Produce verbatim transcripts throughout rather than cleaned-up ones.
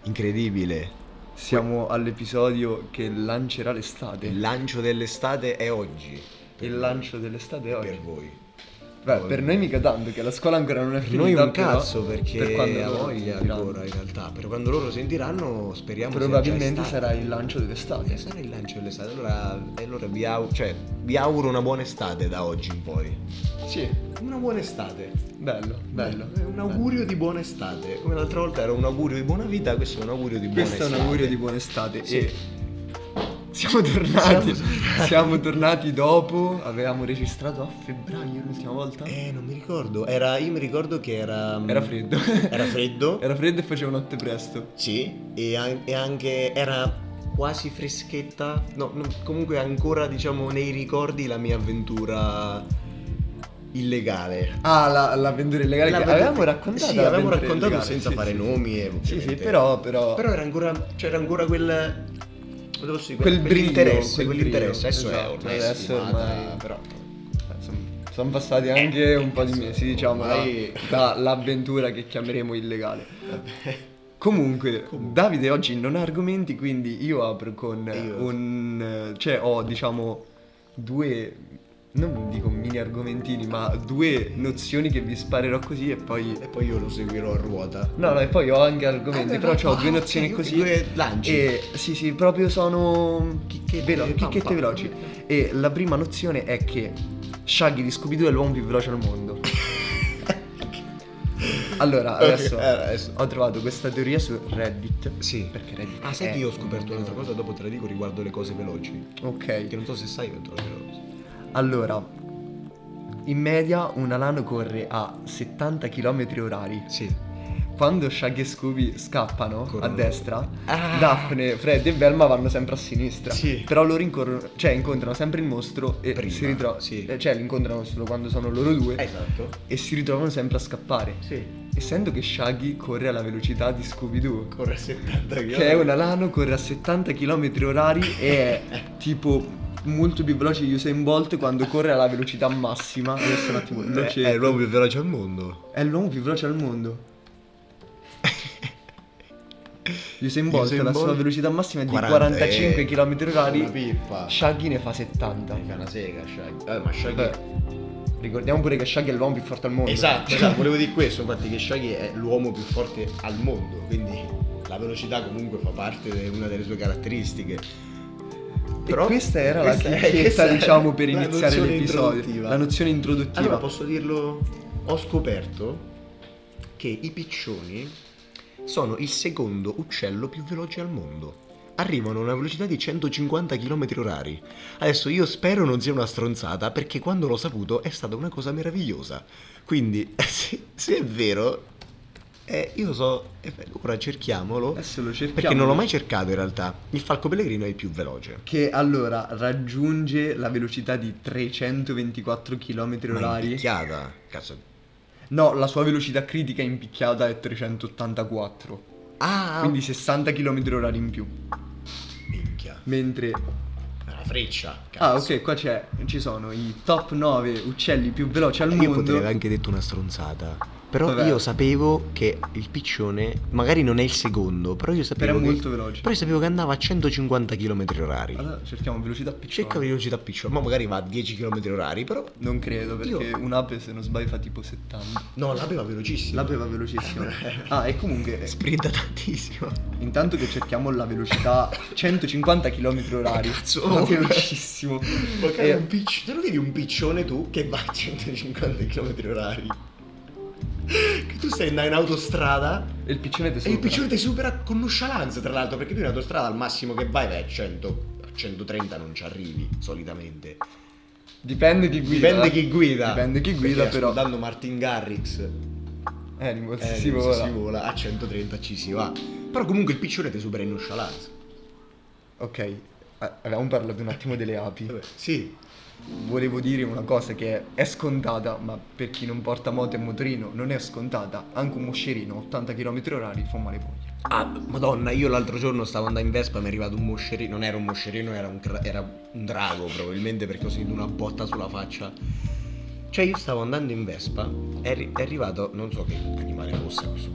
Incredibile. Siamo all'episodio che lancerà l'estate. Il lancio dell'estate è oggi. Il lancio dell'estate è oggi. Per voi. Beh, per noi mica tanto, che la scuola ancora non è Per finita. noi un però cazzo, perché per quando ha loro voglia sentiranno. ancora in realtà. Per quando loro sentiranno, speriamo Probabilmente sia già sarà estate. il lancio dell'estate. Eh, sarà il lancio dell'estate. Allora, allora vi, auguro, cioè, vi auguro una buona estate da oggi in poi. Sì, Una buona estate. bello, bello. È un augurio di buona estate. Come l'altra volta era un augurio di buona vita, questo è un augurio di buona Questo è estate. un augurio di buona estate. Sì. E siamo tornati. Siamo tornati. Siamo tornati dopo. Avevamo registrato a febbraio l'ultima volta. Eh, non mi ricordo. Era, io mi ricordo che era. Era freddo. Era freddo. Era freddo e faceva notte presto. Sì, e, an- e anche era quasi freschetta. No, no, comunque ancora, diciamo, nei ricordi la mia avventura illegale. Ah, la, l'avventura illegale che L'avventura- avevamo raccontato. Sì, avevamo l'avventura raccontato illegale, senza sì, fare sì. nomi. E Sì, sì, ovviamente- però, però, Però era ancora. C'era ancora quel. Come devo dire, quel brillo, quell'interesse, quel quell'interesse. brillo, Adesso è esatto, ormai adesso sfumata, ormai- però. sono passati anche un po' di mesi, diciamo, da- ormai- dall'avventura che chiameremo illegale. Comunque, Davide oggi non ha argomenti, quindi io apro con Io- un... cioè ho, diciamo, due... non dico mini argomentini, ma due nozioni che vi sparerò così e poi... E poi io lo seguirò a ruota. No, no, e poi ho anche argomenti, Ah, però no, ho no, due ok, nozioni ok, così. due lanci. E sì, sì, proprio sono Chicchette, velo- pam, chicchette pam. veloci. E la prima nozione è che Shaggy di Scooby-Doo è l'uomo più veloce al mondo. Allora, adesso Ok, eh, adesso. ho trovato questa teoria su Reddit. Sì. Perché Reddit Ah, sai è che io ho scoperto un- un'altra cosa, dopo te la dico riguardo le cose veloci. Ok. Che non so se sai, io te lo dirò. Allora, in media un alano corre a settanta chilometri orari. Sì. Quando Shaggy e Scooby scappano Corrono. a destra, Ah. Daphne, Fred e Velma vanno sempre a sinistra. Sì. Però loro incorrono, cioè incontrano sempre il mostro e Prima, si ritrovano. sì. eh, Cioè li incontrano solo quando sono loro due. Esatto. E si ritrovano sempre a scappare. Sì. Essendo che Shaggy corre alla velocità di Scooby-Doo, Corre a settanta km. che è un alano, corre a settanta chilometri orari e è tipo molto più veloce di Usain Bolt quando corre alla velocità massima. Adesso un attimo lo È, cerco. è l'uomo più veloce al mondo. È l'uomo più veloce al mondo. Usain Bolt, Usain la Bolt, sua velocità massima è di quaranta, quarantacinque eh, chilometri Una orari. pippa. Shaggy ne fa settanta. Fa una sega, Shaggy. Eh, ma Shaggy. Beh, ricordiamo pure che Shaggy è l'uomo più forte al mondo. Esatto, esatto, volevo dire questo, infatti che Shaggy è l'uomo più forte al mondo, quindi la velocità comunque fa parte di una delle sue caratteristiche. E questa era questa la è- chicchetta, questa è diciamo, per la iniziare nozione l'episodio. introduttiva. La nozione introduttiva. Allora posso dirlo, ho scoperto che i piccioni sono il secondo uccello più veloce al mondo. Arrivano a una velocità di centocinquanta chilometri orari. Adesso io spero non sia una stronzata, perché quando l'ho saputo è stata una cosa meravigliosa. Quindi, se, se è vero, eh, io so, eh, ora cerchiamolo, Adesso lo cerchiamo. perché non l'ho mai cercato in realtà. Il falco pellegrino è il più veloce. Che allora raggiunge la velocità di trecentoventiquattro chilometri Ma orari. impicchiata, cazzo. No, la sua velocità critica in picchiata è trecentottantaquattro. Ah, Quindi sessanta chilometri orari in più. minchia. Mentre... È una freccia. Ah, cazzo. ok, qua c'è, ci sono i top nove uccelli più veloci al Io mondo. potrei aver anche detto una stronzata. Però Vabbè. io sapevo che il piccione, magari non è il secondo, però io sapevo Però è che, molto veloce. però io sapevo che andava a centocinquanta chilometri orari. Allora cerchiamo velocità piccione. Cerca velocità piccione, ma magari va a dieci chilometri orari, però Non credo, perché Io- un'ape se non sbaglio fa tipo settanta. no, l'ape va velocissimo. L'ape va velocissimo. Ah, e comunque, sprinta tantissimo. intanto che cerchiamo la velocità centocinquanta chilometri orari. Cazzo. Va velocissimo. Magari E- un piccione, te lo vedi un piccione tu che va a centocinquanta chilometri orari? Che tu stai andando in autostrada E il piccione ti e il supera. piccione ti supera con nonchalance, tra l'altro, perché tu in autostrada al massimo che vai vai a cento, a centotrenta non ci arrivi solitamente. Dipende chi guida. Dipende chi guida. Dipende chi guida, Perché però. ascoltando Martin Garrix, Eh, in eh, si vola. si vola, a centotrenta ci si va. Però comunque il piccione ti supera in nonchalance. Ok, eh, avevamo parlato un attimo delle api. Vabbè, sì. Volevo dire una cosa che è scontata, ma per chi non porta moto e motorino non è scontata. Anche un moscerino a ottanta chilometri orari fa male poi. Ah, madonna, io l'altro giorno stavo andando in Vespa, mi è arrivato un moscerino, non era un moscerino, era un, cra- era un drago probabilmente, perché ho sentito una botta sulla faccia. Cioè io stavo andando in Vespa, è, arri- è arrivato, non so che animale fosse, a questo punto non credo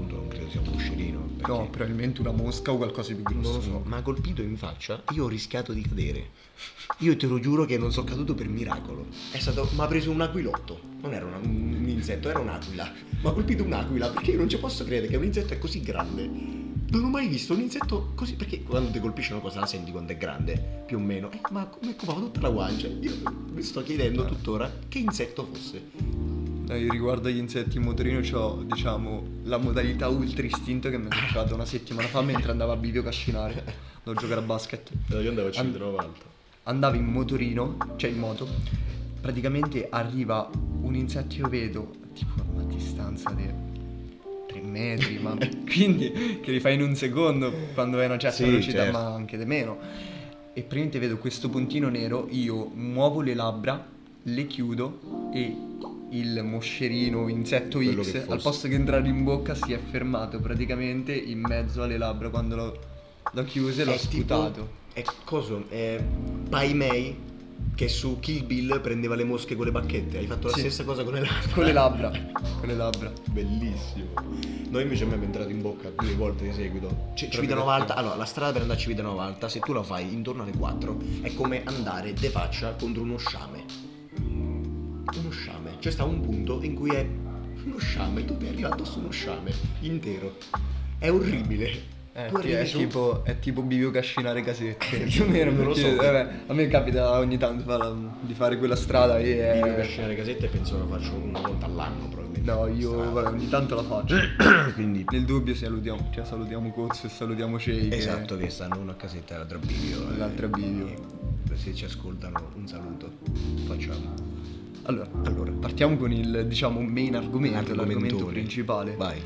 credo sia un moscerino. perché- No, probabilmente una mosca o qualcosa di grosso. Non lo so, ma colpito in faccia, io ho rischiato di cadere. Io te lo giuro che non sono caduto per miracolo. È stato. Mi ha preso un aquilotto. Non era una- un, un insetto, era un'aquila. Mi ha colpito un'aquila perché io non ci posso credere che un insetto è così grande. Non ho mai visto un insetto così. Perché quando ti colpisce una cosa la senti quando è grande, più o meno. Eh, ma mi occupava tutta la guancia. Io mi sto chiedendo tuttora che insetto fosse. Eh, io riguardo agli insetti in motorino c'ho, diciamo, la modalità ultra istinto che mi è capitata una settimana fa mentre andavo a bivio cascinare. Andavo a giocare a basket. Io andavo a An- una volta. Andavo in motorino, cioè in moto. Praticamente arriva un insetto, io vedo tipo a una distanza di tre metri, ma quindi che li fai in un secondo quando vai a una certa Sì, velocità, certo. ma anche di meno. E praticamente vedo questo puntino nero, io muovo le labbra, le chiudo e il moscerino, insetto Quello X, che al fosse. posto che entrare in bocca si è fermato praticamente in mezzo alle labbra quando l'ho, l'ho chiuso e l'ho È tipo- sputato. È coso? È Pai Mei che su Kill Bill prendeva le mosche con le bacchette. Hai fatto la Sì. stessa cosa con le labbra. Con le labbra, con le labbra. Bellissimo. Noi invece a me è entrato in bocca due volte di seguito. C- Civitanova Alta, allora la strada per andare a Civitanova Alta, se tu la fai intorno alle quattro, è come andare de faccia contro uno sciame. Uno sciame. C'è sta un punto in cui è uno sciame, tu ti arrivi addosso uno sciame intero. È orribile. Eh, Tu ti- è, arrivi su- tipo, è tipo bivio cascinare casette più o meno, Non lo perché, so. vabbè, a me capita ogni tanto fa- di fare quella strada e è- Io per scenare casette penso la faccio una volta all'anno probabilmente. no, io Strada. vabbè, ogni tanto la faccio. Quindi Nel dubbio salutiamo, cioè salutiamo Cozzo e salutiamo Shake. esatto, che stanno uno a casetta e l'altro a bivio. L'altro a bivio. E se ci ascoltano un saluto. Facciamo. Allora, Allora, partiamo con il, diciamo, main argomento, l'argomento argomentone. principale. Vai.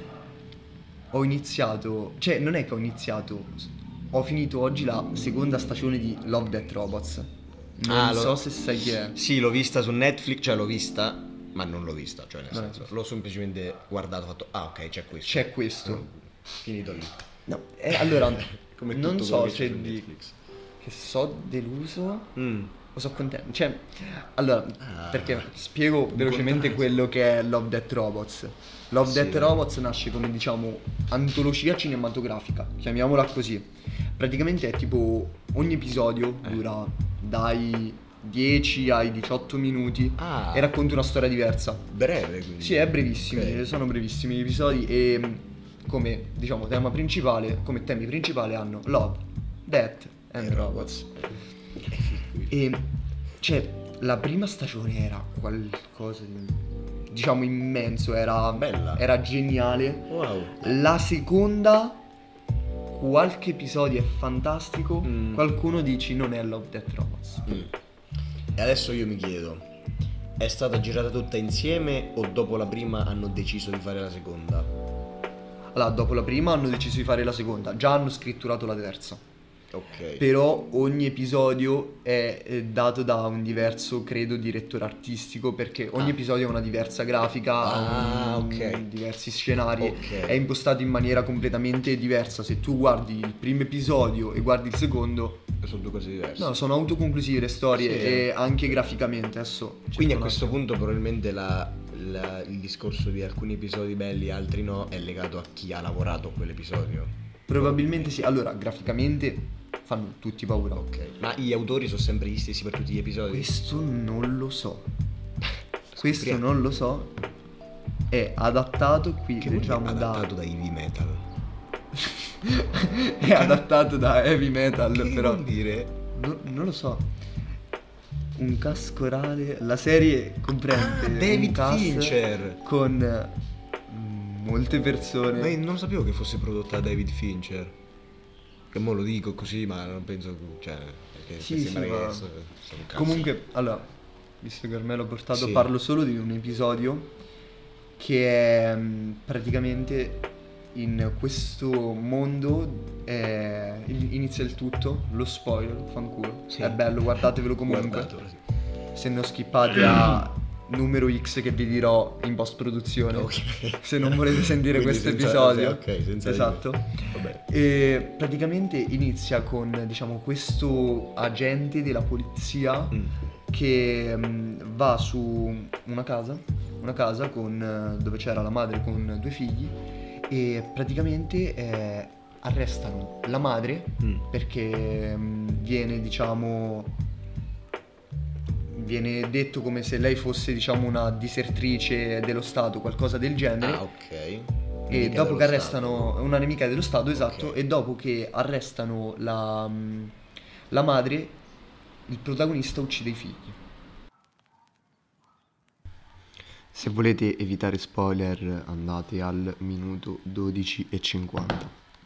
Ho iniziato, cioè non è che ho iniziato, ho finito oggi la seconda stagione di Love, Death Robots. Non Ah, lo- so se sai chi è. Sì, l'ho vista su Netflix, cioè l'ho vista, ma non l'ho vista, cioè nel No. senso, l'ho semplicemente guardato, ho fatto, ah ok, c'è questo. C'è questo. Finito lì. No, eh, allora, Come non tutto so quello che c'è se su di... Netflix. che so deluso Mm. o so contento. Cioè, allora, Ah. perché spiego velocemente contrasto. quello che è Love, Death Robots. Love, Sì, Death dai. Robots nasce come, diciamo, antologia cinematografica, chiamiamola così. Praticamente è tipo, ogni episodio Eh. dura dai dieci ai diciotto minuti Ah. e racconta una storia diversa. Breve quindi. Sì, è brevissimi, Ok. sono brevissimi gli episodi e mh, come, diciamo, tema principale, come temi principali hanno Love, Death and E Robots. robots. E cioè, la prima stagione era qualcosa di, diciamo, immenso, era Bella. era geniale. Wow. La seconda, qualche episodio è fantastico, Mm. qualcuno dici non è Love, Death Robots. Mm. E adesso io mi chiedo, è stata girata tutta insieme o dopo la prima hanno deciso di fare la seconda? Allora, dopo la prima hanno deciso di fare la seconda, già hanno scritturato la terza. Ok. Però ogni episodio è eh, dato da un diverso, credo, direttore artistico, perché ogni Ah. episodio ha una diversa grafica, Ah, ha un- ok. diversi scenari, Ok. è impostato in maniera completamente diversa. Se tu guardi il primo episodio e guardi il secondo, Sono due cose diverse. no, sono autoconclusive le storie Sì. e anche graficamente. Adesso Quindi a cerco un questo attimo. punto probabilmente la- la- il discorso di alcuni episodi belli e altri no è legato a chi ha lavorato a quell'episodio. Probabilmente sì. Allora, graficamente fanno tutti paura. Ok. Ma gli autori sono sempre gli stessi per tutti gli episodi? Questo non lo so. Questo Scopriamo. non lo so. È adattato qui, Che vuol dire diciamo, da adattato da heavy metal. è adattato da heavy metal, Che però vuol dire? no- non lo so. Un cast corale, la serie comprende Ah, un David cast Fincher. con mm, molte persone. Ma io non sapevo che fosse prodotta da David Fincher. Che mo lo dico così, ma non penso. Cioè, perché Sì, sembra sì, che ma- so- sono un cazzo. Comunque, allora, visto che ormai l'ho portato, Sì. parlo solo di un episodio che è mm, praticamente in questo mondo eh, in- inizia il tutto, lo spoiler, fanculo. Sì. È bello, guardatevelo comunque. Guardatelo, sì. Se ne ho skippati a numero X che vi dirò in post produzione. Ok. Se non volete sentire Quindi questo senza- episodio. ok, senza esatto. Vabbè. E praticamente inizia con, diciamo, questo agente della polizia Mm. che mm, va su una casa, una casa con, eh, dove c'era la madre con due figli e praticamente eh, arrestano la madre Mm. perché mh, viene, diciamo, viene detto come se lei fosse, diciamo, una disertrice dello Stato, qualcosa del genere. Ah, ok. E Nemica dopo dello che Stato. arrestano una nemica dello Stato, esatto, Ok. e dopo che arrestano la, mh, la madre, il protagonista uccide i figli. Se volete evitare spoiler, andate al minuto dodici e cinquanta.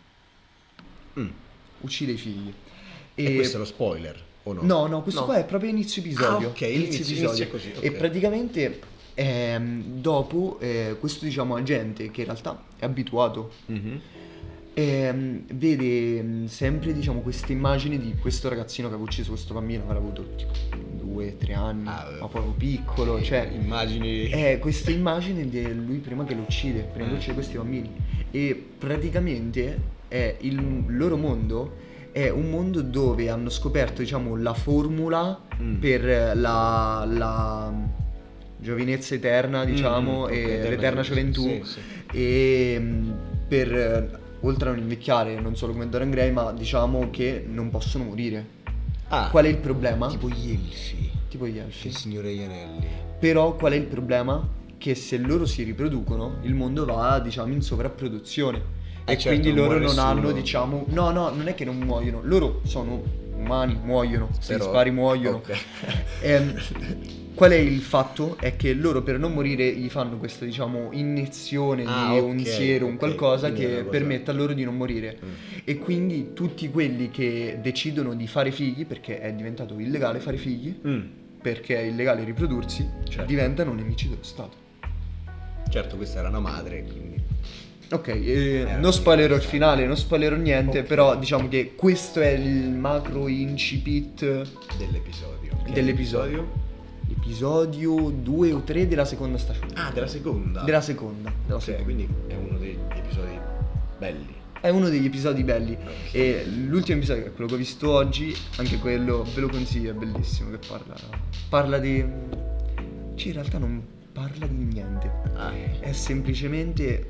Mm. Uccide i figli. E, questo è lo spoiler, o no? No, no, questo No. qua è proprio inizio episodio. Ah, ok, inizia- inizia così, ok. E praticamente ehm, dopo eh, questo, diciamo, agente, che in realtà è abituato, Mhm. ehm, vede mh, sempre, diciamo, queste immagini di questo ragazzino che aveva ucciso questo bambino, avrà avuto tipo due, tre anni, Ah, ma proprio piccolo, cioè Immagini... è questa immagine di lui prima che lo uccide, prima che Eh. uccide questi bambini. E praticamente è il loro mondo è un mondo dove hanno scoperto, diciamo, la formula Mm. per la, la giovinezza eterna, diciamo, Mm, ok, e eterna l'eterna gioventù, gioventù. sì, sì. E mh, per eh, oltre a non invecchiare, non solo come Dorian Gray, ma diciamo che non possono morire. Ah, Qual è il problema? tipo gli elfi. Tipo gli elfi. Il Signore degli Anelli. Però qual è il problema? Che se loro si riproducono, il mondo va, diciamo, in sovrapproduzione. Eh, E certo, quindi non loro muore non nessuno. hanno, diciamo... No, no, non è che non muoiono. Loro sono umani, muoiono. Se li Però- spari muoiono. ok. Ehm, qual è il fatto? È che loro per non morire gli fanno questa, diciamo, iniezione Ah, di ok, un siero, un ok, qualcosa quindi è che una cosa- permetta a loro di non morire. Mm. E quindi tutti quelli che decidono di fare figli, perché è diventato illegale fare figli, Mm. perché è illegale riprodursi, Certo. diventano nemici dello Stato. Certo, questa era una madre, quindi... Ok, eh, Era non spoilerò il interessante. finale, non spoilerò niente, Ok. però diciamo che questo è il macro incipit Dell'episodio. Che è dell'episodio. Episodio due o tre della seconda stagione. Ah, della seconda. Della seconda. Della Ok, seconda. quindi è uno degli episodi belli. È uno degli episodi belli. Ok. E l'ultimo episodio, che è quello che ho visto oggi, anche quello ve lo consiglio, è bellissimo. Che parla. Parla di. Cioè, in realtà non parla di niente. Ah. È semplicemente.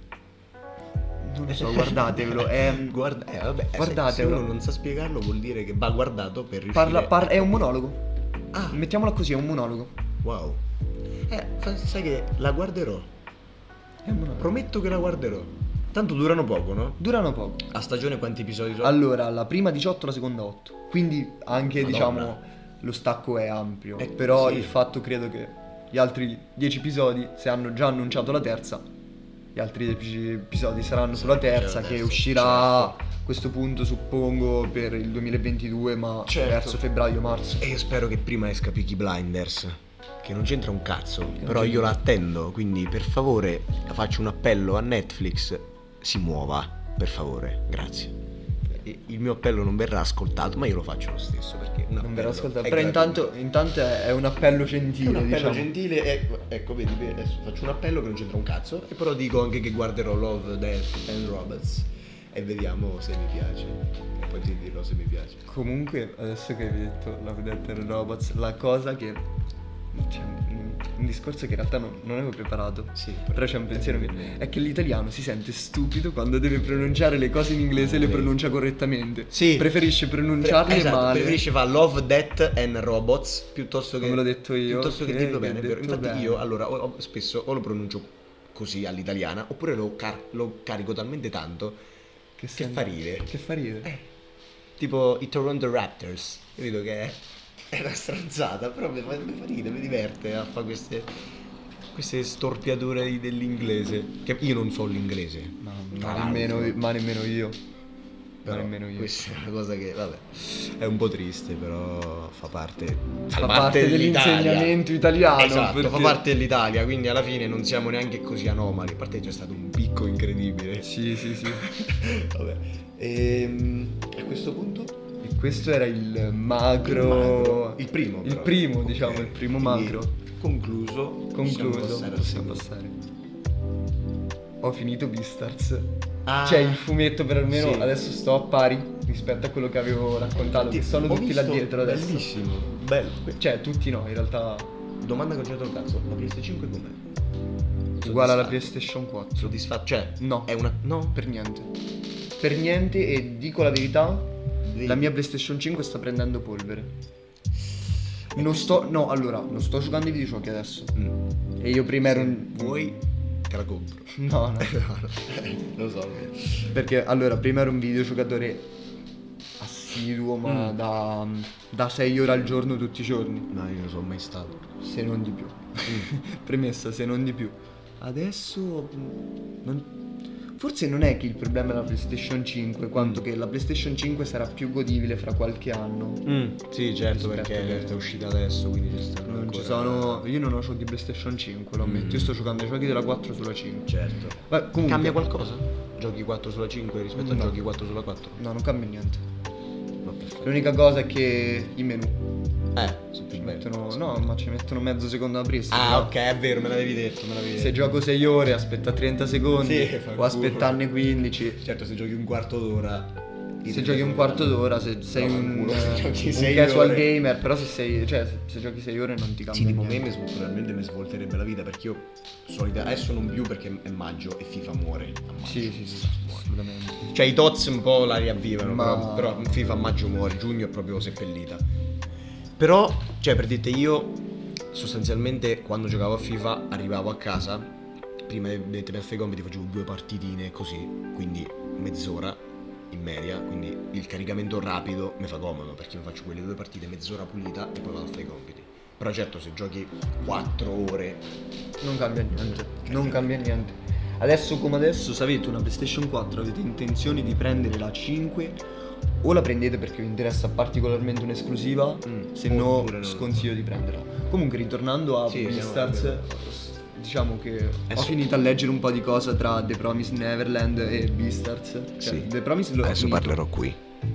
Non lo so, guardatevelo. È, Guarda, eh, vabbè, se- se Guardatevelo. uno non sa spiegarlo vuol dire che va guardato per riuscire parla, par- a è un capire. monologo. Ah, Mettiamola così, è un monologo. wow. Eh, fa- sai che la guarderò. È un monologo. Prometto che la guarderò. Tanto durano poco, no? Durano poco. A stagione quanti episodi sono? Allora, la prima diciotto, la seconda otto. Quindi anche, Madonna. diciamo, lo stacco è ampio. Eh, Però sì. il fatto, credo che gli altri dieci episodi, se hanno già annunciato la terza, gli altri dieci episodi saranno sulla terza, la che terza, uscirà certo. a questo punto, suppongo, per il duemilaventidue, ma Certo. verso febbraio-marzo. E io spero che prima esca Peaky Blinders. Che non c'entra un cazzo. non Però io c'entra. la attendo. Quindi per favore faccio un appello a Netflix. Si muova. Per favore. Grazie. E il mio appello non verrà ascoltato, ma io lo faccio lo stesso. Perché un Non verrà appello ascoltato. è Però intanto, gratuito. intanto è è un appello È gentile, un appello diciamo. gentile, ecco, ecco, vedi, vedi, adesso faccio un appello che non c'entra un cazzo e però dico anche che guarderò Love, Death and Robots e vediamo se mi piace e poi ti dirò se mi piace. Comunque, adesso che hai detto Love, Death and Robots, la cosa che. C'è un, un discorso che in realtà non, non avevo preparato. Sì, Però c'è un pensiero che. È che l'italiano si sente stupido quando deve pronunciare le cose in inglese e le Sì. pronuncia correttamente. Sì. Preferisce pronunciarle Pre- esatto, male. preferisce fare Love, Death and Robots piuttosto che Come l'ho detto io, piuttosto che ok, dirlo che bene, ho è vero. detto Infatti bene. io allora o- o- spesso o lo pronuncio così all'italiana oppure lo, car- lo carico talmente tanto che sembra- fa ridere. Che fa ridere. Eh, tipo i Toronto Raptors, capito che è, è una stronzata, però mi fa, mi fa ridere, mi diverte a fare queste, queste storpiature di- dell'inglese. Che io non so l'inglese, Ma, tra ma nemmeno, l'altro. ma nemmeno io. Ma Però nemmeno io. questa è una cosa che, vabbè, è un po' triste, però fa parte, Fa parte dell'insegnamento italiano, Esatto, perché- fa parte dell'Italia, quindi alla fine non siamo neanche così anomali. A parte che c'è stato un picco incredibile. Sì, sì, sì. Vabbè. Ehm, a questo punto E questo era il macro. il, macro, il primo, Il però. primo, Ok. diciamo, il primo Quindi, macro. Concluso. possiamo Concluso, passare al possiamo secondo. passare. Ho finito Beastars. Ah, Cioè il fumetto per almeno sì. adesso sto a pari rispetto a quello che avevo raccontato, che sono ho tutti là visto- dietro adesso. Bellissimo, bello. Cioè tutti no, in realtà Domanda che ho girato il cazzo, la P S cinque com'è? Uguale alla Soddisfatto. PlayStation quattro. Soddisfatto? Cioè, No, è una... No? per niente. Per niente, e dico la verità, la mia PlayStation cinque sta prendendo polvere. Non sto, no, allora, non sto giocando ai videogiochi adesso. Mm. E io prima ero Se un... vuoi, te la compro. No, no. Lo so. Perché allora, prima ero un videogiocatore assiduo, ma Mm. da, da sei ore al giorno tutti i giorni, No, io non sono mai stato. se non di più. Premessa, se non di più. Adesso mm, non- forse non è che il problema è la PlayStation cinque, quanto Mm. che la PlayStation cinque sarà più godibile fra qualche anno. Mm, sì, certo, Rispetto perché che- è uscita adesso, quindi ci stanno Non ci ancora- sono. Io non ho giochi di PlayStation cinque, lo ammetto. Mm. Io sto giocando ai giochi della quattro sulla cinque. Certo. Beh, comunque. Cambia qualcosa? Giochi quattro sulla cinque rispetto No. a giochi quattro sulla quattro? No, non cambia niente. No, perfetto. L'unica cosa è che i menu Eh, sono più ci belli. mettono. No, ma ci mettono mezzo secondo a aprire. Se Ah, gioco- ok, è vero, me l'avevi detto, me l'avevi detto. Se gioco sei ore, aspetta trenta secondi. Sì, fa il o culo. aspettarne quindici. Certo, se giochi un quarto d'ora. Se giochi un quarto d'ora, se sei No, fa il un, culo, se giochi un sei casual ore. gamer, però se sei. Cioè, se, se giochi sei ore non ti cambia Sì, tipo me niente. mi svol- probabilmente mi svolterebbe la vita perché io solita adesso non più perché è maggio e FIFA muore a maggio. Sì, sì, sì, assolutamente. Cioè i Tots un po' la riavvivano, Ma- però, però FIFA a maggio muore, giugno è proprio seppellita. Però, cioè per dirti io sostanzialmente quando giocavo a FIFA arrivavo a casa, prima di mettermi a fare i compiti facevo due partitine così, quindi mezz'ora in media, quindi il caricamento rapido mi fa comodo perché mi faccio quelle due partite mezz'ora pulita e poi vado a fare i compiti. Però certo se giochi quattro ore Non cambia niente. Non cambia niente. Adesso come adesso, se avete una PlayStation quattro, avete intenzione di prendere la cinque, o la prendete perché vi interessa particolarmente un'esclusiva, Mm, se no oppure no. sconsiglio di prenderla. Comunque ritornando a Sì, siamo- Beastars, diciamo che ho Adesso- finito a leggere un po' di cosa tra The Promised Neverland e Beastars. Cioè, Sì. The Promised l'ho adesso finito. parlerò qui.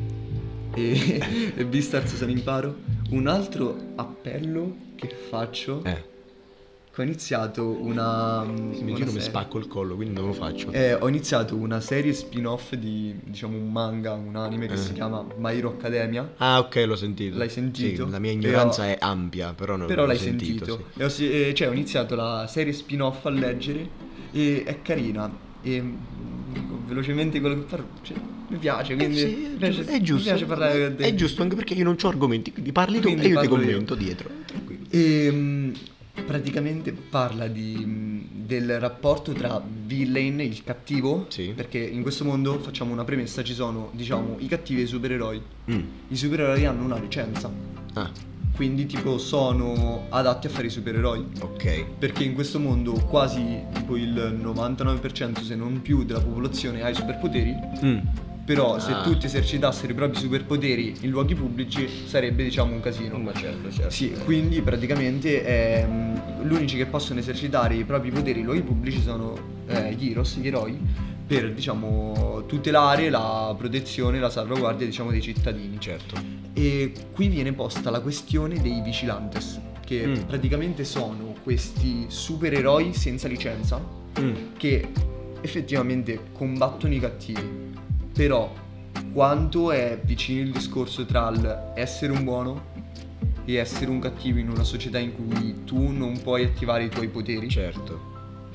E, e Beastars se ne imparo. Un altro appello che faccio, Eh, che ho iniziato una... se mi una giro mi serie. spacco il collo, quindi non lo faccio. Eh, ho iniziato una serie spin-off di, diciamo, un manga, un anime che Eh. si chiama My Hero Academia. Ah, ok, l'ho sentito. L'hai sentito? Sì, la mia Però- ignoranza è ampia, però non Però l'ho l'hai sentito. E ho, si- eh, cioè, ho iniziato la serie spin-off a leggere e è carina. E mm, dico velocemente quello che parlo. Cioè, mi piace, quindi sì, mi piace- è giusto. Mi piace parlare de- È giusto anche perché io non ho argomenti, quindi parli tu Quindi e io ti parlo io. commento dietro. Tranquillo. E mm, praticamente parla di, mm, del rapporto tra villain, il cattivo, Sì. perché in questo mondo, facciamo una premessa, ci sono, diciamo, i cattivi e i supereroi. Mm. I supereroi hanno una licenza, Ah, quindi tipo sono adatti a fare i supereroi. ok. Perché in questo mondo quasi tipo il novantanove per cento, se non più, della popolazione ha i superpoteri. Mm. Però se Ah. tutti esercitassero i propri superpoteri in luoghi pubblici sarebbe, diciamo, un casino. Un macello, certo. Sì, quindi praticamente ehm, gli unici che possono esercitare i propri poteri in luoghi pubblici sono eh, gli heroes, gli eroi, per, diciamo, tutelare la protezione, la salvaguardia, diciamo, dei cittadini. Certo. E qui viene posta la questione dei vigilantes, che Mm. praticamente sono questi supereroi senza licenza Mm. che effettivamente combattono i cattivi. Però quanto è vicino il discorso tra l'essere un buono e essere un cattivo in una società in cui tu non puoi attivare i tuoi poteri? Certo.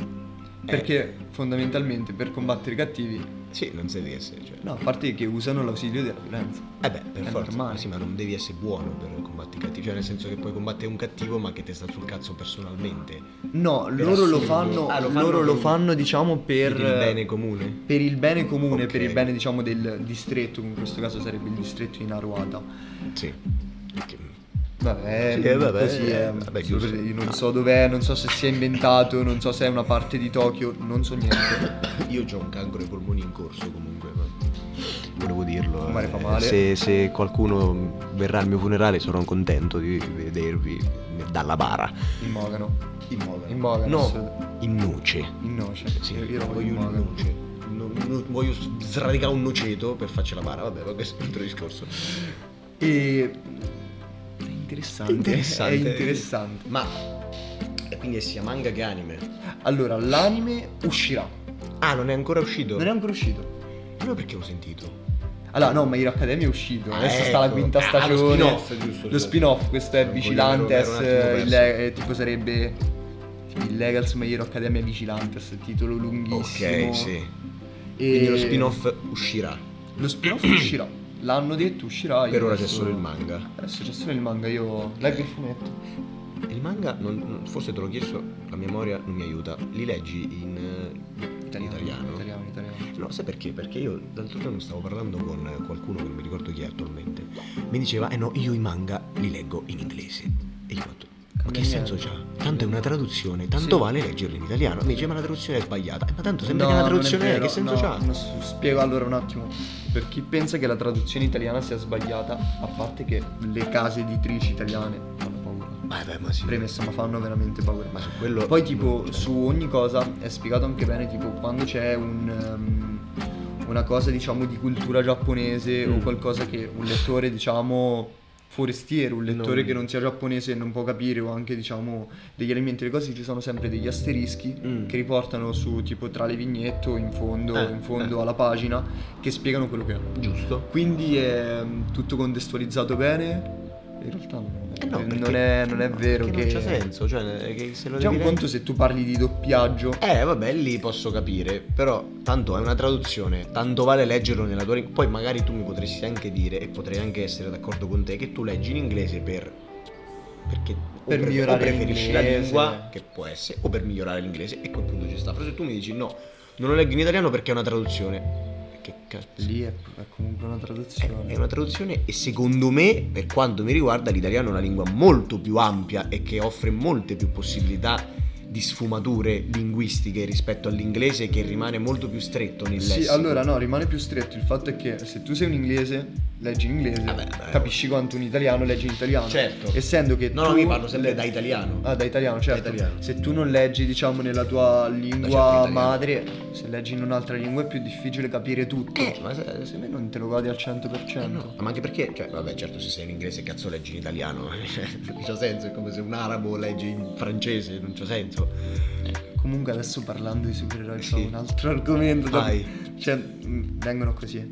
Perché fondamentalmente per combattere i cattivi, Sì, non sei di essere, cioè. no, a parte che usano l'ausilio della violenza. Eh beh, per È forza. normale. Sì, ma non devi essere buono per combattere i cattivi. Cioè, nel senso che puoi combattere un cattivo, ma che ti sta sul cazzo personalmente. No, Per loro lo assurdo. fanno, Ah, lo fanno loro lo per- fanno, diciamo, per Per il bene comune. per il bene comune, Ok. per il bene, diciamo, del distretto, che in questo caso sarebbe il distretto di Naruhata. Sì. Che- Vabbè, Sì, eh, vabbè, così è. eh, vabbè, Solo giusto. per- io non so dov'è, non so se si è inventato, non so se è una parte di Tokyo, non so niente. Io ho un cancro ai polmoni in corso comunque, ma volevo dirlo. Fumare eh, fa male. Se, se qualcuno verrà al mio funerale sarò contento di vedervi dalla bara. In Mogano. In Mogano. In Mogano, No, assolutamente. in noce. In noce. Sì, io, io lo voglio in in Mogano. noce. Non- non- voglio sradicare un noceto per farci la bara. Vabbè, ma questo è un altro discorso. E è interessante. Interessante. È interessante. Ma e quindi è sia manga che anime. Allora, l'anime uscirà. Ah, non è ancora uscito? Non è ancora uscito. Però perché ho sentito? Allora, no, My Hero Academia è uscito. Ah, Adesso sta la ecco. quinta Ah, lo stagione. spin-off, giusto, Lo cioè. spin-off, questo è Non voglio- Vigilantes. ero un attimo il- perso. eh, tipo sarebbe. il Legals My Hero Academia Vigilantes, titolo lunghissimo. Ok, sì. E Quindi lo spin-off uscirà. Lo spin-off uscirà. L'hanno detto, uscirà. Per io ora c'è adesso- solo il manga. Adesso c'è solo il manga, io leggo il fumetto. Il manga, non- non- forse te l'ho chiesto, la memoria non mi aiuta. Li leggi in eh, Italiano, italiano? italiano, italiano. No, sai perché? Perché io l'altro giorno stavo parlando con qualcuno che non mi ricordo chi è attualmente. Mi diceva, eh no, io i manga li leggo in inglese. E io ho detto, ma Cambia che niente. senso c'ha? Tanto è una traduzione, tanto Sì. vale leggerlo in italiano. Mi dice, ma la traduzione è sbagliata. Eh, ma tanto sembra No, che una non è traduzione è, vero, che senso no, c'ha? no, s- spiego allora un attimo. Per chi pensa che la traduzione italiana sia sbagliata, a parte che le case editrici italiane fanno paura. Vabbè, ma sì. Premessa, ma fanno veramente paura. Ma su quello... Poi tipo su ogni cosa è spiegato anche bene, tipo quando c'è un, um, una cosa diciamo di cultura giapponese o Mm. qualcosa che un lettore diciamo forestiero, un lettore Non- che non sia giapponese non può capire, o anche diciamo degli elementi, le cose, ci sono sempre degli asterischi Mm. che riportano su tipo tra le vignette o in fondo, Eh, in fondo eh. alla pagina, che spiegano quello che è. Giusto. Quindi è mm, tutto contestualizzato bene. In realtà non è, Eh no, perché- non è, non è vero perché che non c'ha senso, cioè che se lo Già un devi conto se tu parli di doppiaggio. Eh vabbè, lì posso capire, però tanto è una traduzione, tanto vale leggerlo nella tua lingua. Poi magari tu mi potresti anche dire, e potrei anche essere d'accordo con te, che tu leggi in inglese per... perché o Per pre- migliorare o preferisci la l'inglese. lingua, che può essere, o per migliorare l'inglese, e a quel punto ci sta. Però se tu mi dici no, non lo leggo in italiano perché è una traduzione, che cazzo? Lì è, è comunque una È, traduzione. è una traduzione, e secondo me, per quanto mi riguarda, l'italiano è una lingua molto più ampia e che offre molte più possibilità di sfumature linguistiche rispetto all'inglese, che rimane molto più stretto nel Sì, lessico. allora no, rimane più stretto. Il fatto è che se tu sei un inglese, leggi in inglese, Vabbè, beh, capisci quanto un italiano legge in italiano. Certo. Essendo che No, tu no, io parlo sempre le- da italiano. Ah, da italiano, certo. italiano. Se tu non leggi, diciamo, nella tua certo, lingua italiano. madre, se leggi in un'altra lingua è più difficile capire tutto. Eh, ma se- Se me non te lo godi al cento per Eh, cento. no, ma anche perché, cioè, vabbè, certo, se sei in inglese, cazzo, leggi in italiano. Non c'ha senso, è come se un arabo leggi in francese, non c'ha senso. Comunque adesso parlando di supereroi Sì. c'ho un altro argomento da- Vai. Cioè mh, vengono così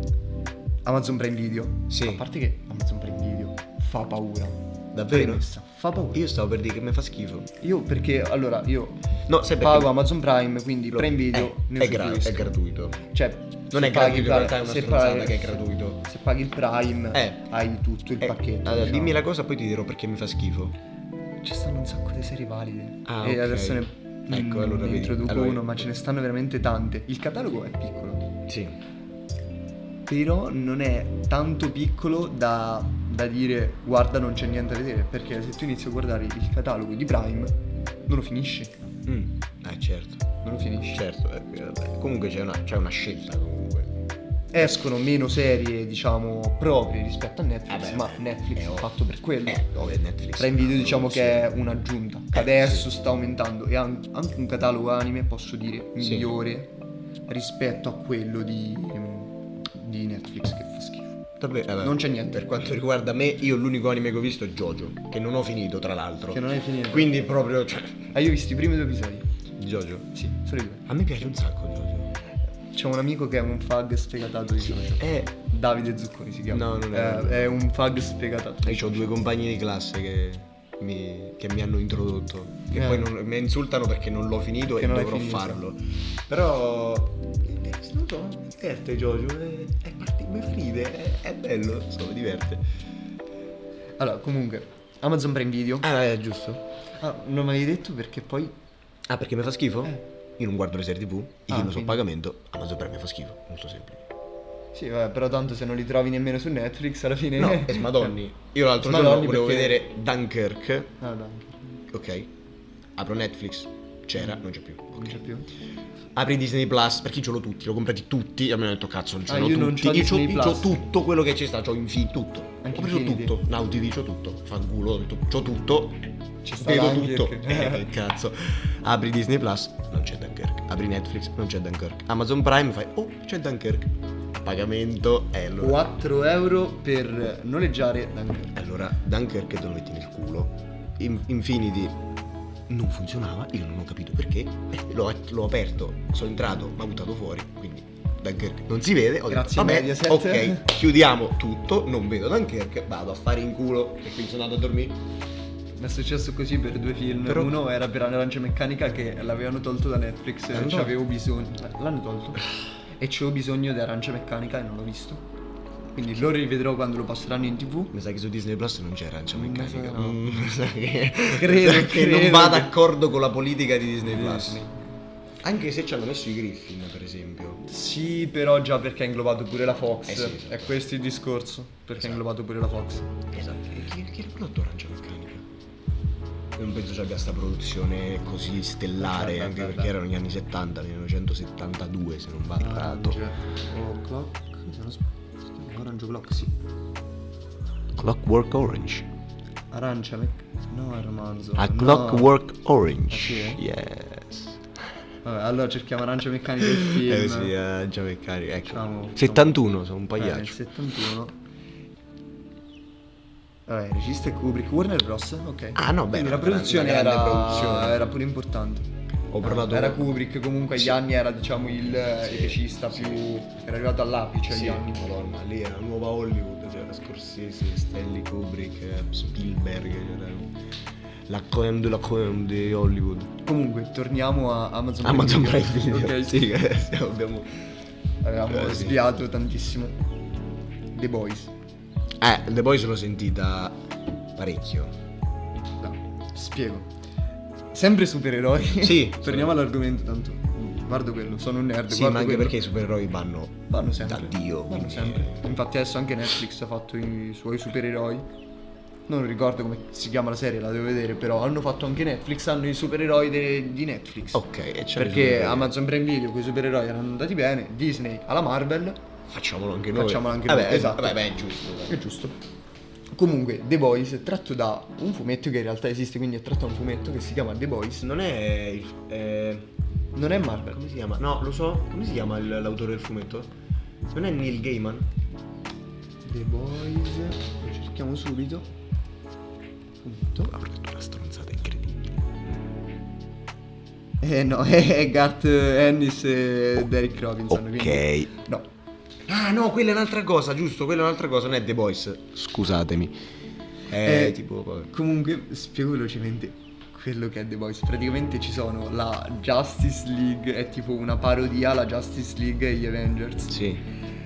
Amazon Prime Video. Sì. A parte che Amazon Prime Video fa paura. Davvero? Premessa, fa paura. Io stavo per dire che mi fa schifo. Io perché allora io No, sai perché? pago Amazon Prime, quindi Lo- Prime Video eh, ne è, gra- usufruisco. è gratuito. Cioè Non se è paghi gratuito, in il realtà è una se stronzata paghi- che è gratuito. Se paghi il Prime Eh. hai tutto il Eh, pacchetto. allora, diciamo. dimmi la cosa, poi ti dirò perché mi fa schifo. Ci stanno un sacco di serie valide. Ah, e ok. adesso ne, Ecco, mm, allora ne vedi. introduco Allora- uno, ma ce ne stanno veramente tante. Il catalogo è piccolo, Sì. però non è tanto piccolo da, da dire guarda non c'è niente da vedere, perché se tu inizi a guardare il catalogo di Prime non lo finisci, Mm. Eh, certo. non lo finisci. Certo, eh, vabbè. Comunque c'è una, c'è una scelta comunque. Escono meno serie, diciamo, proprie rispetto a Netflix, Vabbè, ma vabbè, Netflix è è ovvio. fatto per quello. Eh, dove Netflix. Prime Video ha diciamo che è un'aggiunta, che Eh, adesso sì. sta aumentando, e ha anche un catalogo anime, posso dire, Sì. migliore rispetto a quello di, di Netflix, che fa schifo. Davvero, eh, vabbè. Non c'è niente. Per quanto riguarda me, io l'unico anime che ho visto è JoJo, che non ho finito tra l'altro. Che non hai finito. Quindi proprio, cioè, Ah, io ho visto i primi due episodi. JoJo. Sì, solo i due. A me piace un sacco JoJo. C'è un amico che è un fag sfegatato di JoJo. Eh, Davide Zucconi si chiama. No, non è Eh, vero. è un fag sfegatato. io ho due compagni di classe che mi, che mi hanno introdotto. Che Eh. poi non- mi insultano perché non l'ho finito Che e non l'hai dovrò finito. farlo. Però, eh, non so, mi diverte JoJo. È, è parti- mi fride, è, è bello, insomma, mi diverte. Allora, comunque, Amazon Prime Video. Ah, è giusto. Ah, non me l'hai detto perché poi... Ah, perché mi fa schifo? Eh. Io non guardo le serie tivù, io Ah, non so quindi- pagamento, Amazon Prime mi fa schifo, molto semplice. Sì, vabbè, però tanto se non li trovi nemmeno su Netflix alla fine... No, è Smadonni. Io l'altro Smadonni giorno volevo perché- vedere Dunkirk, Ah, dai, ok? Apro Netflix, c'era, non c'è più. non ok. c'è più. Apri Disney Plus, perché io ce l'ho tutti, l'ho comprati tutti, a me hanno detto cazzo, non ce Ah, l'ho io non tutti. c'ho io c'ho, Disney io c'ho Plus. tutto quello che c'è sta, c'ho Infinity, tutto. Anche ho preso Infinity. tutto, Now T V c'ho tutto, fanculo, ho detto c'ho tutto, Ci sta vedo Dunkirk. tutto. Eh, che cazzo. Apri Disney Plus, non c'è Dunkirk. Apri Netflix, non c'è Dunkirk. Amazon Prime fai, oh, c'è Dunkirk. A pagamento, e allora. quattro euro per noleggiare Dunkirk. Allora, Dunkirk te lo metti nel culo. In- Infinity non funzionava, io non ho capito perché. Eh, l'ho, l'ho aperto, sono entrato, mi ha buttato fuori, quindi Dunkirk non si vede. Ho Grazie, detto, vabbè, Mediaset. ok, chiudiamo tutto, non vedo Dunkirk, vado a fare in culo e quindi sono andato a dormire. è successo così per due film. Però- Uno era per Arancia Meccanica, che l'avevano tolto da Netflix e L'hanno tolto? c'avevo bisogno. L'hanno tolto. E c'avevo bisogno di Arancia Meccanica e non l'ho visto. Quindi lo rivedrò quando lo passeranno in tv. Mi sa che su Disney Plus non c'è Arancia Meccanica. No. Mm, mi sa che, Credo, che credo non va che- d'accordo con la politica di Disney Plus. Disney. Anche se ci hanno messo i Griffin, per esempio. Sì, però già perché ha inglobato pure la Fox. Eh sì, esatto. È questo il discorso. Perché ha Esatto. inglobato pure la Fox. Esatto. E chi, chi ha prodotto Arancia Meccanica? Io non penso ci abbia sta produzione così stellare, Aspetta, anche aspetta. perché erano gli anni settanta, millenovecentosettantadue se non vado errato. Orange o Clock? Se non sbaglio. Orange o Clock, sì. Clockwork Orange. Arancia Mec... No, è romanzo. A no. Clockwork Orange. Ah, sì? Yes. Vabbè, allora cerchiamo Arancia Meccanica il film. Eh sì, Arancia Meccanica. Ecco. Diciamo- settantuno, sono un Eh, nel pagliaccio. settantuno. Vabbè, regista è Kubrick, Warner Bros. Ok. Ah, no, beh, Quindi una la produzione grande era, produzione. era pure importante. Ho provato. Era Kubrick, comunque agli Sì. anni era diciamo il, il Sì, regista sì. più. Era arrivato all'apice agli Sì, anni. madonna, lì era nuova Hollywood, c'era Scorsese, Stanley Kubrick, eh, Spielberg, c'era la crème de la crème di Hollywood. Comunque, torniamo a Amazon Amazon Prime Prime Video. Ok, Sì, eh, sì, abbiamo. avevamo Eh, sì. sviato tantissimo. The Boys. Eh, The Boys l'ho sentita parecchio. No, spiego. Sempre supereroi. Sì. Torniamo all'argomento, tanto guardo quello, sono un nerd, Sì, guardo ma anche quello. perché i supereroi vanno Vanno sempre. da Dio. Vanno quindi- sempre. Infatti adesso anche Netflix ha fatto i suoi supereroi. Non ricordo come si chiama la serie, la devo vedere, però hanno fatto anche Netflix, hanno i supereroi de- di Netflix. Ok, e c'è Perché Amazon Prime Video con i supereroi erano andati bene, Disney alla Marvel, Facciamolo anche noi. Facciamolo anche vabbè, noi, esatto. Vabbè, beh, è giusto. è giusto. Comunque The Boys è tratto da un fumetto che in realtà esiste, quindi è tratto da un fumetto che si chiama The Boys. Non è il. eh, Non è Marvel. come si chiama? No, lo so. Come si chiama il- l'autore del fumetto? Non è Neil Gaiman? The Boys, lo cerchiamo subito. Punto. Avrò detto una stronzata incredibile. Eh no, è Garth Ennis e Derek Robinson. Ok. Quindi... No. Ah, no, quella è un'altra cosa, giusto? Quella è un'altra cosa, non è The Boys. Scusatemi. È Eh, tipo. vabbè. Comunque, spiego velocemente quello che è The Boys. Praticamente ci sono la Justice League, è tipo una parodia alla Justice League e gli Avengers. Sì.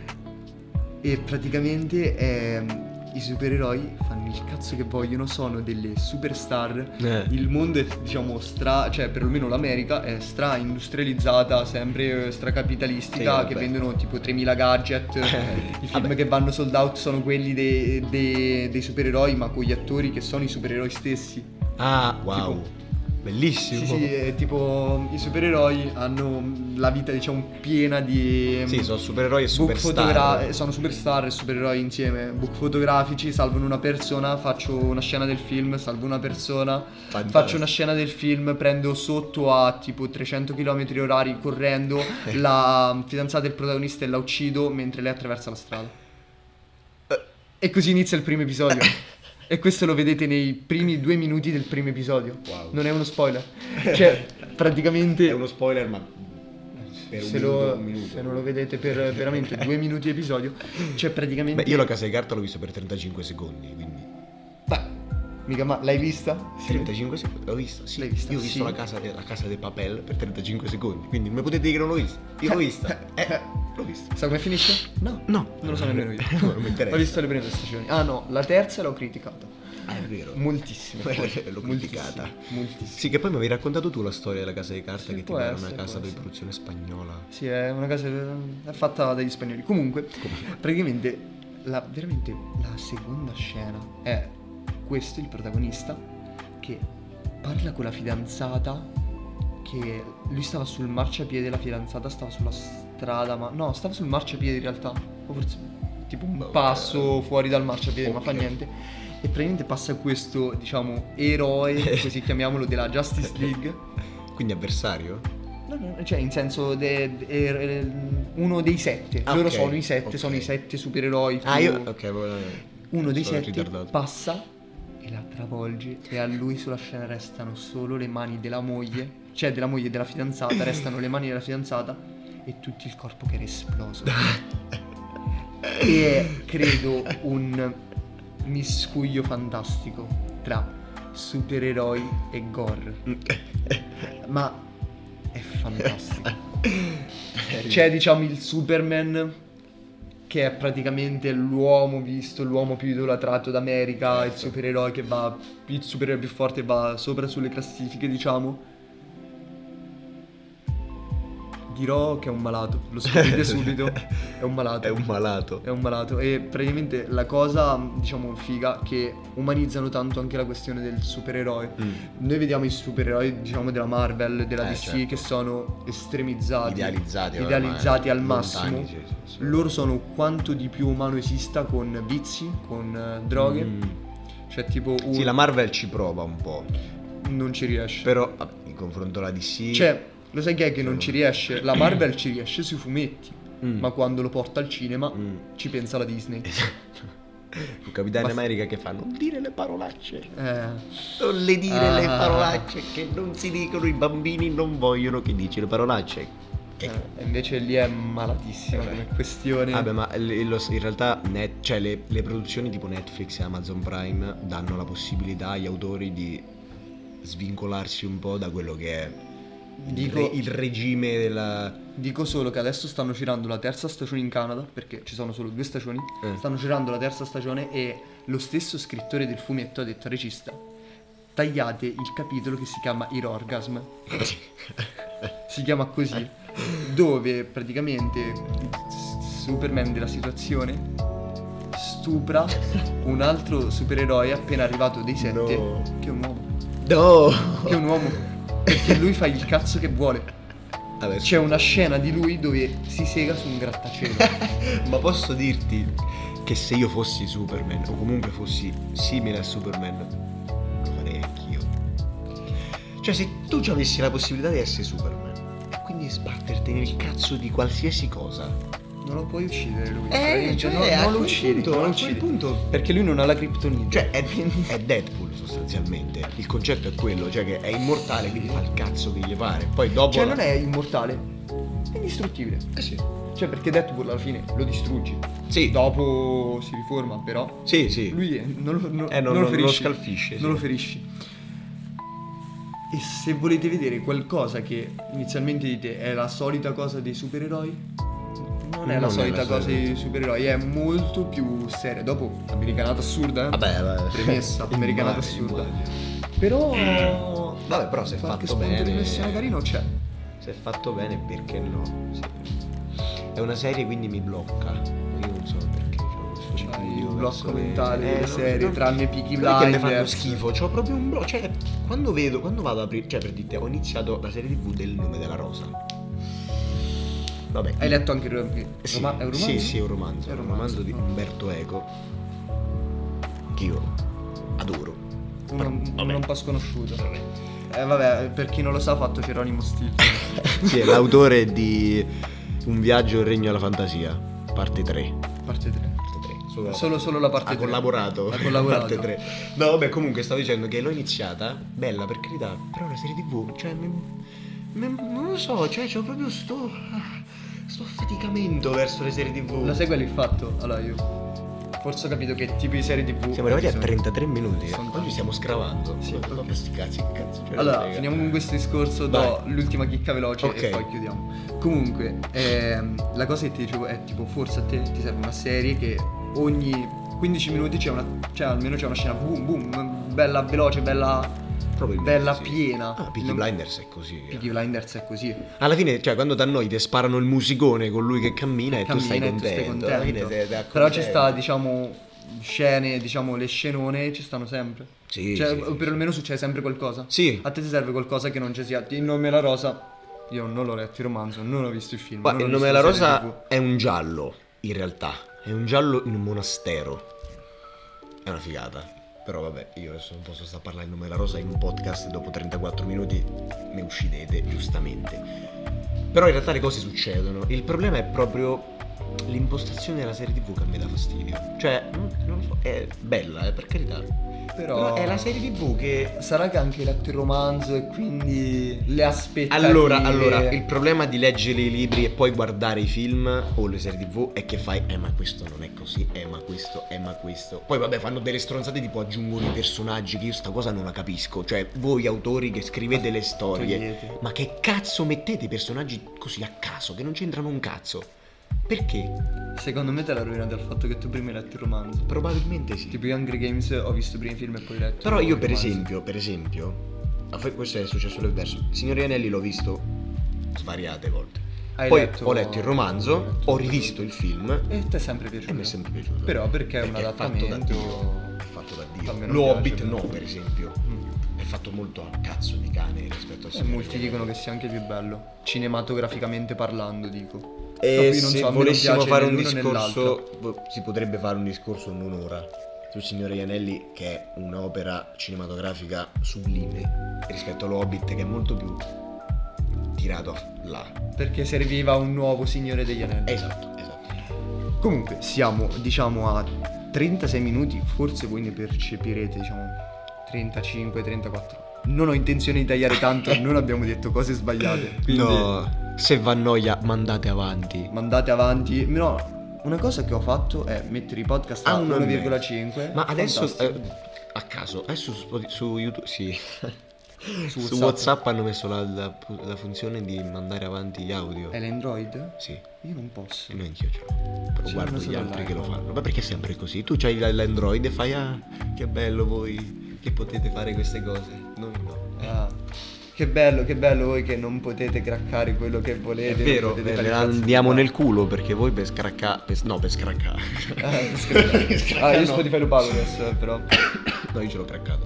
E praticamente ehm, i supereroi fanno il cazzo che vogliono, sono delle superstar. Eh. Il mondo è diciamo stra, cioè perlomeno l'America è stra industrializzata, sempre eh, stracapitalistica, Sì, che vabbè. vendono tipo tremila gadget. Eh, I film vabbè. che vanno sold out sono quelli dei, dei- dei supereroi, ma con gli attori che sono i supereroi stessi. Ah, wow. Tipo- Bellissimo. Sì, sì, è tipo i supereroi hanno la vita diciamo piena di Sì, sono supereroi e book superstar. fotogra- sono superstar e supereroi insieme. Book fotografici, salvano una persona, faccio una scena del film, salvo una persona, Fantastico. faccio una scena del film, prendo sotto a tipo trecento chilometri orari correndo la fidanzata del protagonista e la uccido mentre lei attraversa la strada. E così inizia il primo episodio. E questo lo vedete nei primi due minuti del primo episodio. Wow. Non è uno spoiler. Cioè, praticamente È uno spoiler, ma per un se, minuto, lo, un minuto. se non lo vedete per veramente due minuti di episodio, cioè praticamente. Beh, io la Casa di Carta l'ho visto per trentacinque secondi, quindi. Beh, mica ma l'hai vista? Sì. trentacinque secondi, l'ho vista, sì. L'hai vista? Io ho visto Sì. la casa, de- la casa dei Papel per trentacinque secondi, quindi non mi potete dire che non l'ho vista. Io l'ho vista. Eh, l'ho vista. Sa come finisce? No. No, Non lo so nemmeno io. No, non mi interessa. Ho visto le prime due stagioni. Ah no, la terza l'ho criticata. Ah, è vero. Moltissimo. L'ho poi. criticata. Moltissimo. Moltissimo. Sì, che poi mi avevi raccontato tu la storia della Casa di Carta, Sì, che può tipo era essere, una casa può di essere. produzione spagnola. Sì, è una casa è fatta dagli spagnoli. Comunque, praticamente la, veramente la seconda scena è questo il protagonista che parla con la fidanzata, che lui stava sul marciapiede, la fidanzata stava sulla strada, ma no, stava sul marciapiede in realtà, o forse tipo un Ok. passo fuori dal marciapiede, ma fa Ok. niente. E praticamente passa questo, diciamo, eroe, così chiamiamolo, della Justice League. Quindi avversario? No, no, cioè in senso de, de- de- uno dei sette. Ah, Loro ok, sono i sette, ok. sono i sette supereroi. Ah, più- io. Ok, poi- Uno dei sono sette ritardato. passa e la travolge e a lui sulla scena restano solo le mani della moglie, cioè della moglie e della fidanzata, restano le mani della fidanzata e tutto il corpo che era esploso. E è, credo, un miscuglio fantastico tra supereroi e gore. Ma è fantastico. C'è, diciamo, il Superman, che è praticamente l'uomo visto, l'uomo più idolatrato d'America, il supereroe che va, il supereroe più forte, va sopra sulle classifiche, diciamo. Dirò che è un malato, lo scoprite subito, è un malato. È un malato. È un malato. E praticamente la cosa, diciamo, figa, che umanizzano tanto anche la questione del supereroe. Mm. Noi vediamo i supereroi, diciamo, della Marvel, della Eh, D C, certo. che sono estremizzati, Idealizzati, idealizzati ormai, al lontani, massimo. sì, sì, sì. Loro sono quanto di più umano esista, con vizi, con eh, droghe. Mm. Cioè tipo un... Sì, la Marvel ci prova un po', non ci riesce. però vabbè, in confronto alla D C... Cioè, lo sai che è che non ci riesce? La Marvel ci riesce sui fumetti, Mm. ma quando lo porta al cinema Mm. ci pensa la Disney. Un Capitano Basta- America che fa non dire le parolacce, Eh, non le dire le Ah. parolacce che non si dicono, i bambini non vogliono che dici le parolacce. eh, e invece lì è malatissima Vabbè. come questione. Vabbè, ma l- lo- in realtà net- cioè, le, le produzioni tipo Netflix e Amazon Prime danno la possibilità agli autori di svincolarsi un po' da quello che è il, Dico- re- il regime della... Dico solo che adesso stanno girando la terza stagione in Canada, perché ci sono solo due stagioni. Eh. Stanno girando la terza stagione e lo stesso scrittore del fumetto ha detto al regista: tagliate il capitolo che si chiama Ir Orgasm. Si chiama così, dove praticamente S- Superman della situazione stupra un altro supereroe appena arrivato dei sette, No. che è un uomo. No! Che è un uomo. Perché lui fa il cazzo che vuole. Vabbè, C'è una scena di lui dove si sega su un grattacielo. ma posso dirti che se io fossi Superman o comunque fossi simile a Superman lo farei anch'io. Cioè se tu ci avessi la possibilità di essere Superman e quindi sbatterti nel cazzo di qualsiasi cosa, Non lo puoi uccidere lui. Eh, praticamente. cioè, non, a non lo quel uccidi, punto- non lo a quel uccidi. punto- Perché lui non ha la Kryptonite. cioè è, è Deadpool sostanzialmente. Il concetto è quello, cioè che è immortale, quindi fa il cazzo che gli pare. Poi dopo Cioè la- non è immortale, è indistruttibile. Eh sì. Cioè perché Deadpool alla fine lo distruggi. Sì. Dopo si riforma, però Sì, sì. lui è- non, lo, non- Eh, non- non lo non lo ferisci. scalfisce, sì. Non lo ferisci. E se volete vedere qualcosa che inizialmente dite è la solita cosa dei supereroi, non è Non la è solita la cosa solita. dei supereroi, è molto più seria. Dopo, americanata assurda, eh? Vabbè, vabbè. Premessa, americanata Immagino, assurda. immagino. Però Vabbè, però se è qualche fatto spunto di bene- riflessione carino c'è. Se è fatto bene, perché no? Sì. È una serie, quindi mi blocca. Io non so perché. C'ho questo C'hai ripudio il verso blocco le- mentale Eh, delle non- serie, non- tranne Peaky non è che mi fanno Blinders. schifo, c'ho proprio un blocco. Cioè, quando vedo, quando vado ad aprire. Cioè, per dirti, ho iniziato la serie tivù del Nome della Rosa. Vabbè. Hai letto anche il rom- Sì, roma- è un romanzo? Sì, sì, è un romanzo. È È un un romanzo di romanzo. Umberto Eco. Che io adoro. Uno, uno Vabbè. un po' sconosciuto. Eh vabbè, per chi non lo sa ha fatto Geronimo Steele. Sì, è l'autore di Un viaggio al regno della fantasia, parte tre. Parte tre. Parte tre. Solo, Solo, solo la parte ha tre. collaborato. Ha collaborato. Parte tre. No, vabbè, comunque stavo dicendo che l'ho iniziata, bella per carità, però è una serie tivù, cioè mi- mi- non lo so, cioè c'ho proprio sto sto affaticamento verso le serie tivù. Lo sai qual è il fatto? Allora io forse ho capito che tipo di serie tivù. Siamo arrivati a sono- trentatré minuti. sono- Oggi stiamo scravando. Sì, Ma ok. sti cazzi, che cazzo ce ne Allora, frega? finiamo con questo discorso, do Vai. l'ultima chicca veloce Ok. e poi chiudiamo. Comunque, ehm, la cosa che ti dicevo è tipo, forse a te ti serve una serie che ogni quindici minuti c'è una, cioè almeno c'è una scena boom boom, bella veloce, bella, Probabilmente bella sì. piena. Ah, Peaky Non- Blinders è così. Peaky Blinders è così. Alla fine, cioè, quando da noi ti sparano il musicone con lui che cammina e tu stai Cammina e tu contento. stai contento. Alla fine sei- sei Però ci contento. sta, diciamo, scene, diciamo, le scenone ci stanno sempre. Sì, Cioè, sì, o perlomeno succede sempre qualcosa. Sì. A te ti serve qualcosa che non ci sia. Il Nome della Rosa, io non l'ho letto il romanzo, non ho visto il film. Qua, non ho il nome visto della la serie rosa è un giallo, in realtà. È un giallo in un monastero. È una figata. Però vabbè, io adesso non posso stare a parlare del nome della rosa in un podcast e dopo trentaquattro minuti ne uscirete, giustamente. Però in realtà le cose succedono. Il problema è proprio l'impostazione della serie tivù che a me dà fastidio. Cioè, non, non lo so, è bella, eh, per carità. però... No, è la serie tivù che... Sarà che anche hai letto il romanzo e quindi le aspettative... Allora, allora, il problema di leggere i libri e poi guardare i film o le serie tivù è che fai, eh ma questo non è così, eh ma questo, eh ma questo. Poi vabbè, fanno delle stronzate tipo aggiungono i personaggi, che io sta cosa non la capisco. Cioè, voi autori che scrivete le storie, Togliete. ma che cazzo mettete i personaggi così a caso, che non c'entrano un cazzo? Perché? Secondo me te la rovina del fatto che tu prima hai letto il romanzo. Probabilmente sì. Tipo io Hunger Games ho visto prima i film e poi letto. Però io il per romanzo. esempio, per esempio, a fe- questo è successo all'inverso. Signori Anelli l'ho visto svariate volte. Hai Poi letto- ho letto il romanzo, hai letto ho tutto. rivisto il film E ti è sempre piaciuto? e mi è sempre piaciuto. Però perché è un Perché è fatto da adattamento... Dio. È fatto da Dio. A me non Lo piace, Hobbit però. no, per esempio. Mm. È fatto molto a cazzo di cane rispetto a E Signori molti Anelli. dicono che sia anche più bello. Cinematograficamente parlando, dico. E Proprio io non se so, a me non volessimo piace fare né un l'uno né discorso, vo- si potrebbe fare un discorso in un'ora sul Signore degli Anelli, che è un'opera cinematografica sublime, rispetto allo Hobbit, che è molto più tirato là. Perché serviva un nuovo Signore degli Anelli. Esatto, esatto. Comunque siamo, diciamo, a trentasei minuti, forse voi ne percepirete, diciamo, trentacinque trentaquattro. Non ho intenzione di tagliare tanto, non abbiamo detto cose sbagliate. Quindi No, se va a noia mandate avanti. mandate avanti. No, una cosa che ho fatto è mettere i podcast a Ah, uno e uno virgola cinque. Ma adesso Fantastico. eh, a caso, adesso su, Spoti- su YouTube, sì. Su Su WhatsApp. WhatsApp hanno messo la, la- la funzione di mandare avanti gli audio. È l'Android? Sì, Io non posso. io anch'io ce l'ho. Però Sì, guardo non so gli altri che lo dell'iPhone. fanno. Ma perché è sempre così? Tu c'hai l- l'Android e fai, ah, che bello voi che potete fare queste cose. Noi no. Ah, che bello, che bello voi che non potete craccare quello che È volete. vero, non potete eh, fare le i cazzi andiamo di nel culo perché voi per scraccare. No, per scraccare. Ah, per scrivere. Ah, io no. Spotify lo pago adesso, eh, però. No, io ce l'ho craccato.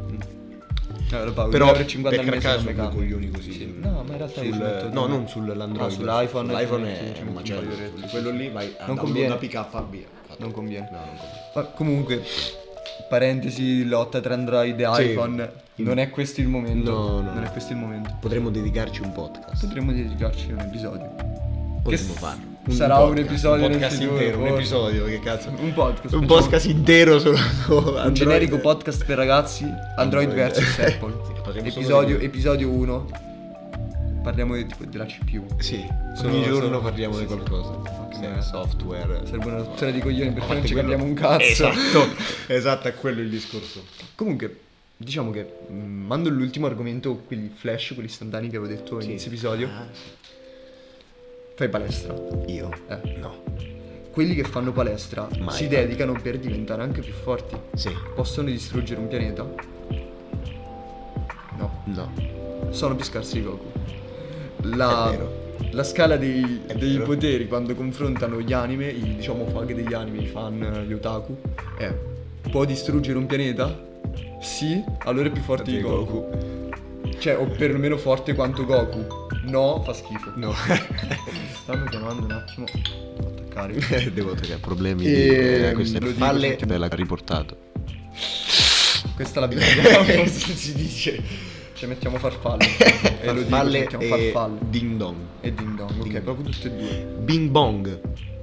No, lo pago. Però due euro e cinquanta per al mese craccare non mi sono due cambia. coglioni così. Sì. No, ma in realtà io ci Sul- metto no, due- non sull'Android. Ah, sull'iPhone. Sull'iPhone ci- ci è metti un un macello. paio d'oretti, Quello sì. lì vai a Non download conviene. da P K, via. Fatto. Non conviene. No, non conviene. Ma comunque, parentesi, lotta tra Android e Sì. iPhone. Non è questo il momento. No, no. Non è questo il momento. Potremmo dedicarci un podcast. Potremmo dedicarci a un episodio. Potremmo Che farlo. sarà un podcast, episodio un nel podcast futuro, intero, un forse. episodio, che cazzo. Un podcast. Un facciamo- podcast intero solo su Un Android. generico podcast per ragazzi, Android Android. versus Apple. Sì, potremmo solo Episodio, dire- episodio uno. Parliamo di, tipo, della C P U. Sì, Solo- ogni giorno solo- parliamo sì, di sì. qualcosa. Ok, Sì, ma- software. Sarebbe una rottura di coglioni perché A non parte ci quello- capiamo un cazzo. Esatto, esatto, è quello il discorso. Comunque, diciamo che mh, mando l'ultimo argomento, quelli flash, quelli istantanei che avevo detto Sì. inizio episodio. Ah, Fai palestra. io? Eh. No. Quelli che fanno palestra Mai. si dedicano per diventare anche più forti. Sì. Possono distruggere un pianeta? No. No. Sono più scarsi di Goku. La, È vero. la scala dei, È dei vero. poteri quando confrontano gli anime, i diciamo fag degli anime, i fan, gli otaku, è: può distruggere un pianeta? Sì, allora è più forte di Di Goku. Cioè, o perlomeno forte quanto Goku. No, fa schifo. No. Mi stanno chiamando un attimo. Devo attaccare. Devo toccare problemi E- di eh, queste lo dico falle perché- che l'ha riportato. Questa la bisogna. si dice? Ci mettiamo farfalle. E lo dico, ci Farfalle mettiamo e farfalle. ding dong. E ding dong, ok, Ding dong. proprio tutte e due. Bing bong.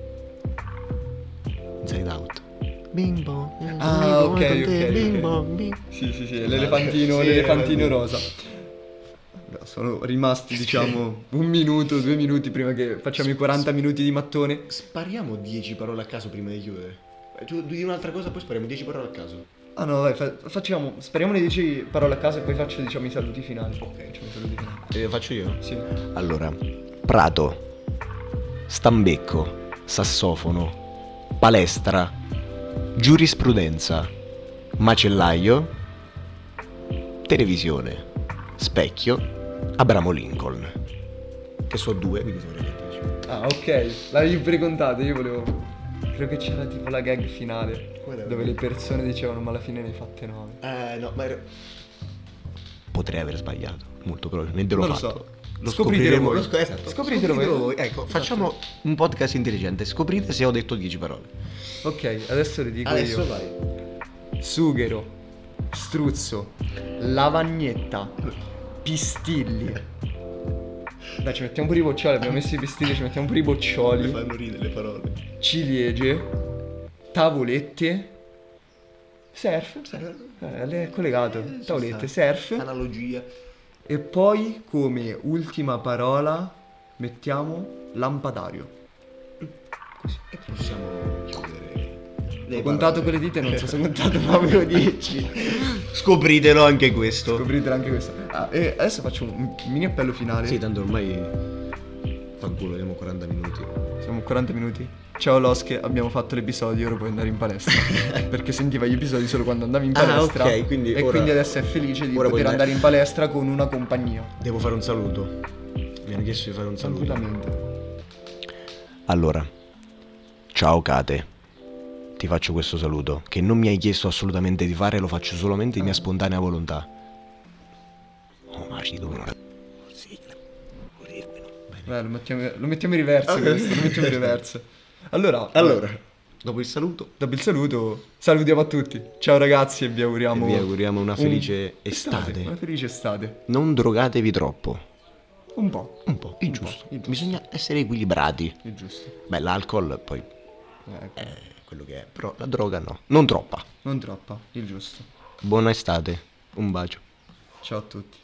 Inside out. Bing bong. Ah, bing bong ok, con te, ok, Bing ok. bong. Bing. Sì, sì, sì, l'elefantino, Sì, l'elefantino l'elefantino. rosa. No, sono rimasti, diciamo, un minuto, due minuti prima che facciamo i quaranta minuti di mattone. Spariamo dieci parole a caso prima di chiudere. Tu di un'altra cosa, poi spariamo dieci parole a caso. Ah no, vai, fa- facciamo, speriamo di dieci parole a caso e poi faccio, diciamo, i saluti finali. Ok, facciamo i saluti finali. E faccio io? Sì. Allora, prato, stambecco, sassofono, palestra, giurisprudenza, macellaio, televisione, specchio, Abramo Lincoln. Che so due, quindi sono dieci. Ah, ok, l'avevi precontato, io volevo... Credo che c'era tipo la gag finale, Qual era? dove le persone dicevano ma alla fine ne hai fatte nove. Eh, no, ma era... Potrei aver sbagliato, molto probabilmente l'ho Non lo fatto. so. Lo Scopritelo scopriremo voi. lo sc- esatto. Scopritelo voi. Ecco, facciamo un podcast intelligente. Scoprite se ho detto dieci parole. Ok, adesso le dico Adesso io. vai. Sughero, struzzo, lavagnetta, pistilli. Dai, ci mettiamo pure i boccioli, abbiamo messo i pistilli, ci mettiamo pure i boccioli. fanno ridere le parole. Ciliegie, tavolette Surf. Surf. Eh, è collegato. Eh, ci Tavolette, sta. surf. Analogia. E poi come ultima parola mettiamo lampadario. Così. E possiamo chiudere. Ho contato con le dita e non so se ho contato proprio dieci. Scopritelo anche questo. Scopritelo anche questo. Ah, e adesso faccio un mini appello finale. Sì, tanto ormai fanculo, abbiamo quaranta minuti. Siamo a quaranta minuti. Ciao Losche, abbiamo fatto l'episodio, ora puoi andare in palestra. Perché sentiva gli episodi solo quando andavi in Ah, palestra. ok, quindi e ora- quindi adesso è felice di ora puoi poter andare- andare in palestra con una compagnia. Devo fare un saluto. Mi hanno chiesto di fare un saluto. Tranquillamente. Allora, ciao Kate. Ti faccio questo saluto che non mi hai chiesto assolutamente di fare, lo faccio solamente di mia spontanea volontà. Oh, ma ci devo una... Beh, lo mettiamo, lo mettiamo in reverse Ok. questo, lo mettiamo in reverse. Allora, Allora, dopo il saluto, dopo il saluto, salutiamo a tutti. Ciao ragazzi e vi auguriamo vi auguriamo una un- felice estate. Una felice estate. Non drogatevi troppo. Un po'. Un po', il Un giusto. po', il giusto. Bisogna essere equilibrati. Il giusto. Beh, l'alcol poi Ecco. è quello che è, però la droga no. Non troppa. Non troppa, il giusto. Buona estate. Un bacio. Ciao a tutti.